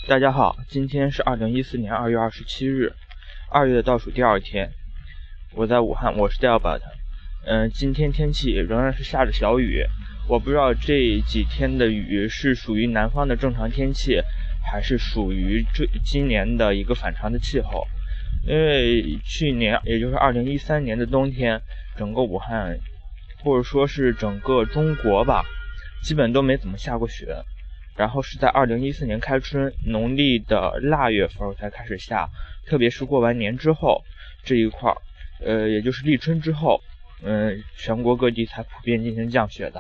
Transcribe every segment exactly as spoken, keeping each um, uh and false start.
大家好，今天是二零一四年二月二十七日，二月的倒数第二天。我在武汉，我是 Delbert。嗯，今天天气仍然是下着小雨，我不知道这几天的雨是属于南方的正常天气，还是属于这今年的一个反常的气候。因为去年，也就是二零一三年的冬天，整个武汉或者说是整个中国吧，基本都没怎么下过雪。然后是在二零一四年开春，农历的腊月份才开始下，特别是过完年之后这一块，呃，也就是立春之后，嗯、呃，全国各地才普遍进行降雪的。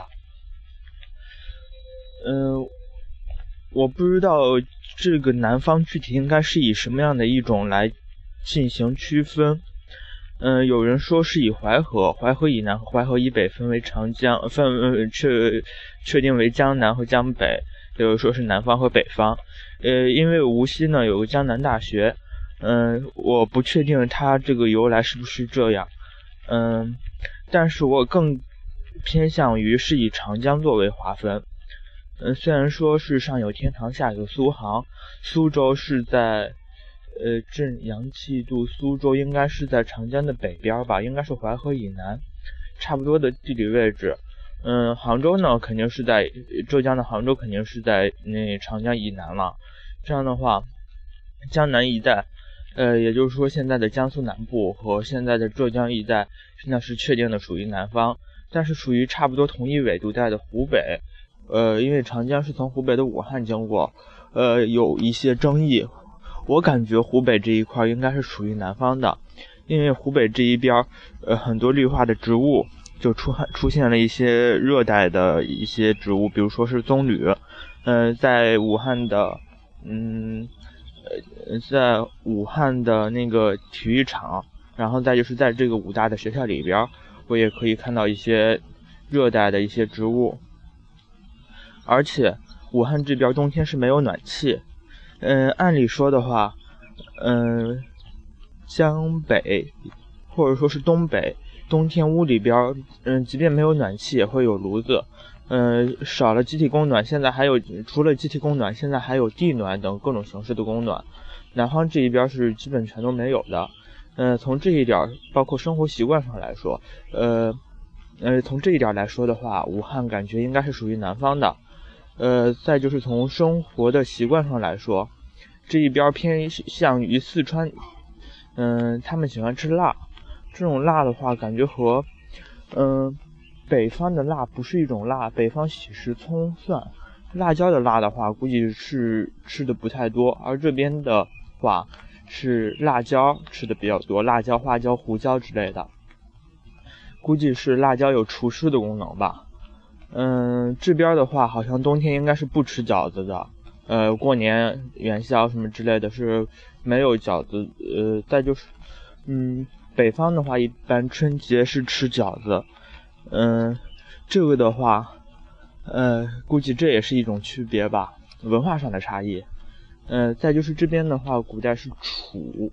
嗯、呃，我不知道这个南方具体应该是以什么样的一种来进行区分。嗯、呃，有人说是以淮河、淮河以南和淮河以北分为长江，分呃确确定为江南和江北。比如说是南方和北方，呃，因为无锡呢有个江南大学，嗯、呃，我不确定它这个由来是不是这样，嗯、呃，但是我更偏向于是以长江作为划分，嗯、呃，虽然说是上有天堂下有苏杭，苏州是在，呃，镇阳气度苏州应该是在长江的北边吧，应该是淮河以南，差不多的地理位置。嗯，杭州呢肯定是在浙江的杭州肯定是在那长江以南了。这样的话，江南一带，呃，也就是说现在的江苏南部和现在的浙江一带，现在是确定的属于南方。但是属于差不多同一纬度带的湖北，呃，因为长江是从湖北的武汉经过，呃，有一些争议。我感觉湖北这一块应该是属于南方的，因为湖北这一边，呃，很多绿化的植物。就出出现了一些热带的一些植物，比如说是棕榈，呃，在武汉的，嗯，呃，在武汉的那个体育场，然后再就是在这个武大的学校里边，我也可以看到一些热带的一些植物。而且武汉这边冬天是没有暖气，嗯、呃，按理说的话，嗯、呃，江北或者说是东北。冬天屋里边，嗯，即便没有暖气，也会有炉子。嗯，少了集体供暖，现在还有除了集体供暖，现在还有地暖等各种形式的供暖。南方这一边是基本全都没有的。嗯，从这一点，包括生活习惯上来说，呃，呃，从这一点来说的话，武汉感觉应该是属于南方的。呃，再就是从生活的习惯上来说，这一边偏向于四川，嗯，他们喜欢吃辣。这种辣的话，感觉和，嗯、呃，北方的辣不是一种辣。北方喜食葱蒜，辣椒的辣的话，估计是吃的不太多。而这边的话，是辣椒吃的比较多，辣椒、花椒、胡椒之类的。估计是辣椒有除湿的功能吧。嗯，这边的话，好像冬天应该是不吃饺子的。呃，过年元宵什么之类的是没有饺子。呃，再就是，嗯。北方的话，一般春节是吃饺子，嗯，这个的话，呃，估计这也是一种区别吧，文化上的差异。呃，再就是这边的话，古代是楚，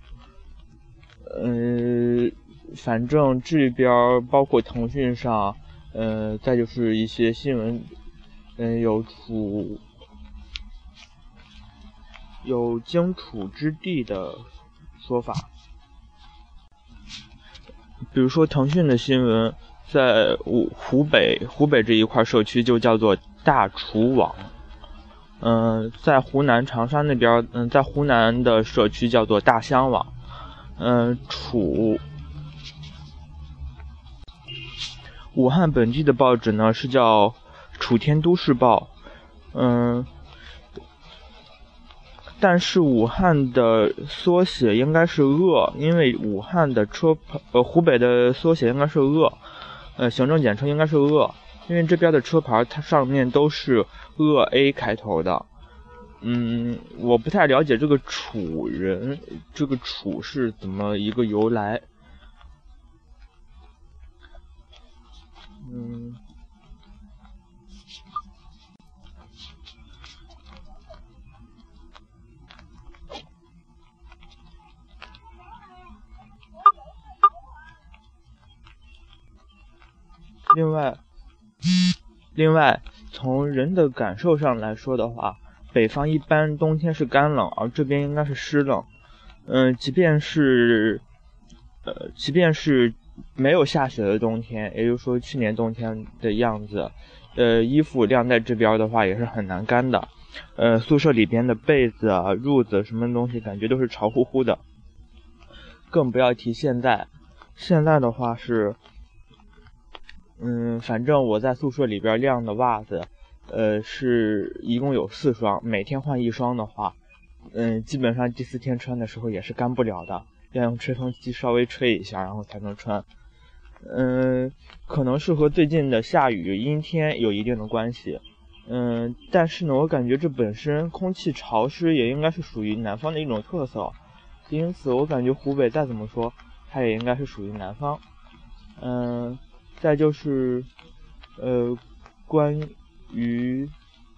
呃，反正这边包括腾讯上，呃，再就是一些新闻，嗯、呃，有楚，有荆楚之地的说法。比如说腾讯的新闻，在湖湖北湖北这一块社区就叫做大楚网，嗯、呃，在湖南长沙那边，嗯、呃，在湖南的社区叫做大香网，嗯、呃，楚。武汉本地的报纸呢是叫楚天都市报，嗯、呃。但是武汉的缩写应该是鄂，因为武汉的车牌，呃，湖北的缩写应该是鄂，呃，行政简称应该是鄂，因为这边的车牌它上面都是鄂 A 开头的。嗯，我不太了解这个楚人，这个楚是怎么一个由来。嗯。另外，另外从人的感受上来说的话， 北方一般冬天是干冷，而这边应该是湿冷。嗯、呃，即便是呃，即便是没有下雪的冬天，也就是说去年冬天的样子，呃，衣服晾在这边的话也是很难干的。呃，宿舍里边的被子啊、褥子什么东西，感觉都是潮乎乎的。更不要提现在，现在的话是，嗯，反正我在宿舍里边晾的袜子，呃，是一共有四双，每天换一双的话，嗯，基本上第四天穿的时候也是干不了的，要用吹风机稍微吹一下，然后才能穿。嗯，可能是和最近的下雨阴天有一定的关系。嗯，但是呢，我感觉这本身空气潮湿也应该是属于南方的一种特色，因此我感觉湖北再怎么说，它也应该是属于南方。嗯，再就是，呃，关于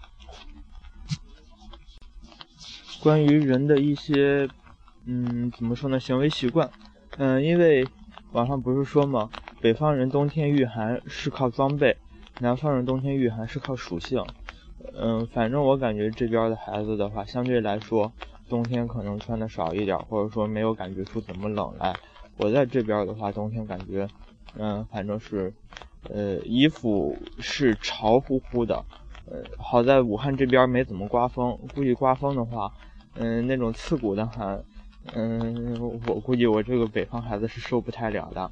关于人的一些，嗯，怎么说呢，行为习惯。嗯，因为网上不是说嘛，北方人冬天御寒是靠装备，南方人冬天御寒是靠属性。嗯，反正我感觉这边的孩子的话，相对来说冬天可能穿的少一点，或者说没有感觉出怎么冷来。我在这边的话，冬天感觉嗯反正是呃衣服是潮乎乎的。呃好在武汉这边没怎么刮风，估计刮风的话嗯那种刺骨的寒，嗯我估计我这个北方孩子是受不太了的。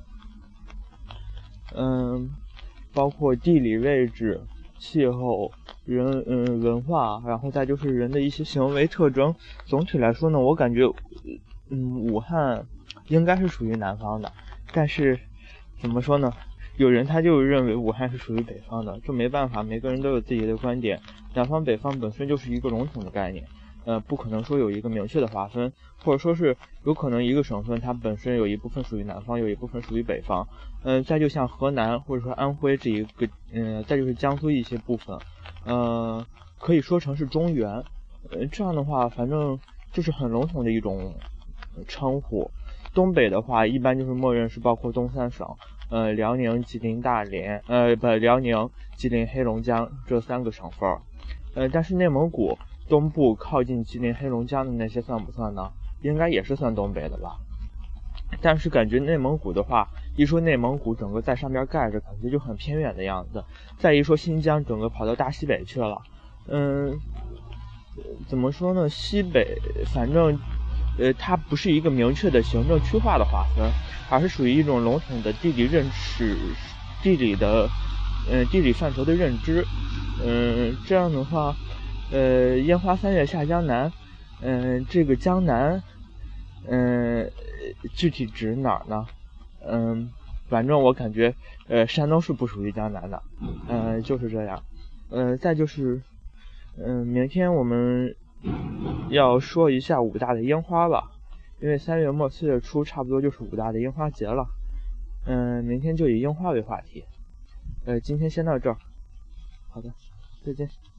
嗯，包括地理位置、气候、人嗯文化，然后再就是人的一些行为特征。总体来说呢，我感觉嗯武汉应该是属于南方的，但是怎么说呢，有人他就认为武汉是属于北方的，这没办法，每个人都有自己的观点。南方北方本身就是一个笼统的概念，呃不可能说有一个明确的划分，或者说是有可能一个省份它本身有一部分属于南方，有一部分属于北方。嗯、呃，再就像河南或者说安徽这一个，嗯、呃，再就是江苏一些部分，呃，可以说成是中原。呃，这样的话，反正就是很笼统的一种称呼。东北的话，一般就是默认是包括东三省，呃，辽宁、吉林、大连，呃，不，辽宁、吉林、黑龙江这三个省份。呃，但是内蒙古东部靠近吉林、黑龙江的那些算不算呢？应该也是算东北的吧。但是感觉内蒙古的话，一说内蒙古整个在上边盖着，感觉就很偏远的样子。再一说新疆，整个跑到大西北去了。嗯，怎么说呢？西北反正，呃，它不是一个明确的行政区划的划分，而是属于一种笼统的地理认识、地理的，嗯、呃，地理范畴的认知。嗯，这样的话，呃，烟花三月下江南，嗯、呃，这个江南，嗯、呃，具体指哪儿呢？嗯，反正我感觉，呃，山东是不属于江南的，嗯、呃，就是这样。嗯、呃，再就是，嗯、呃，明天我们要说一下武大的烟花吧，因为三月末四月初差不多就是武大的烟花节了。嗯、呃，明天就以樱花为话题。呃，今天先到这儿。好的，再见。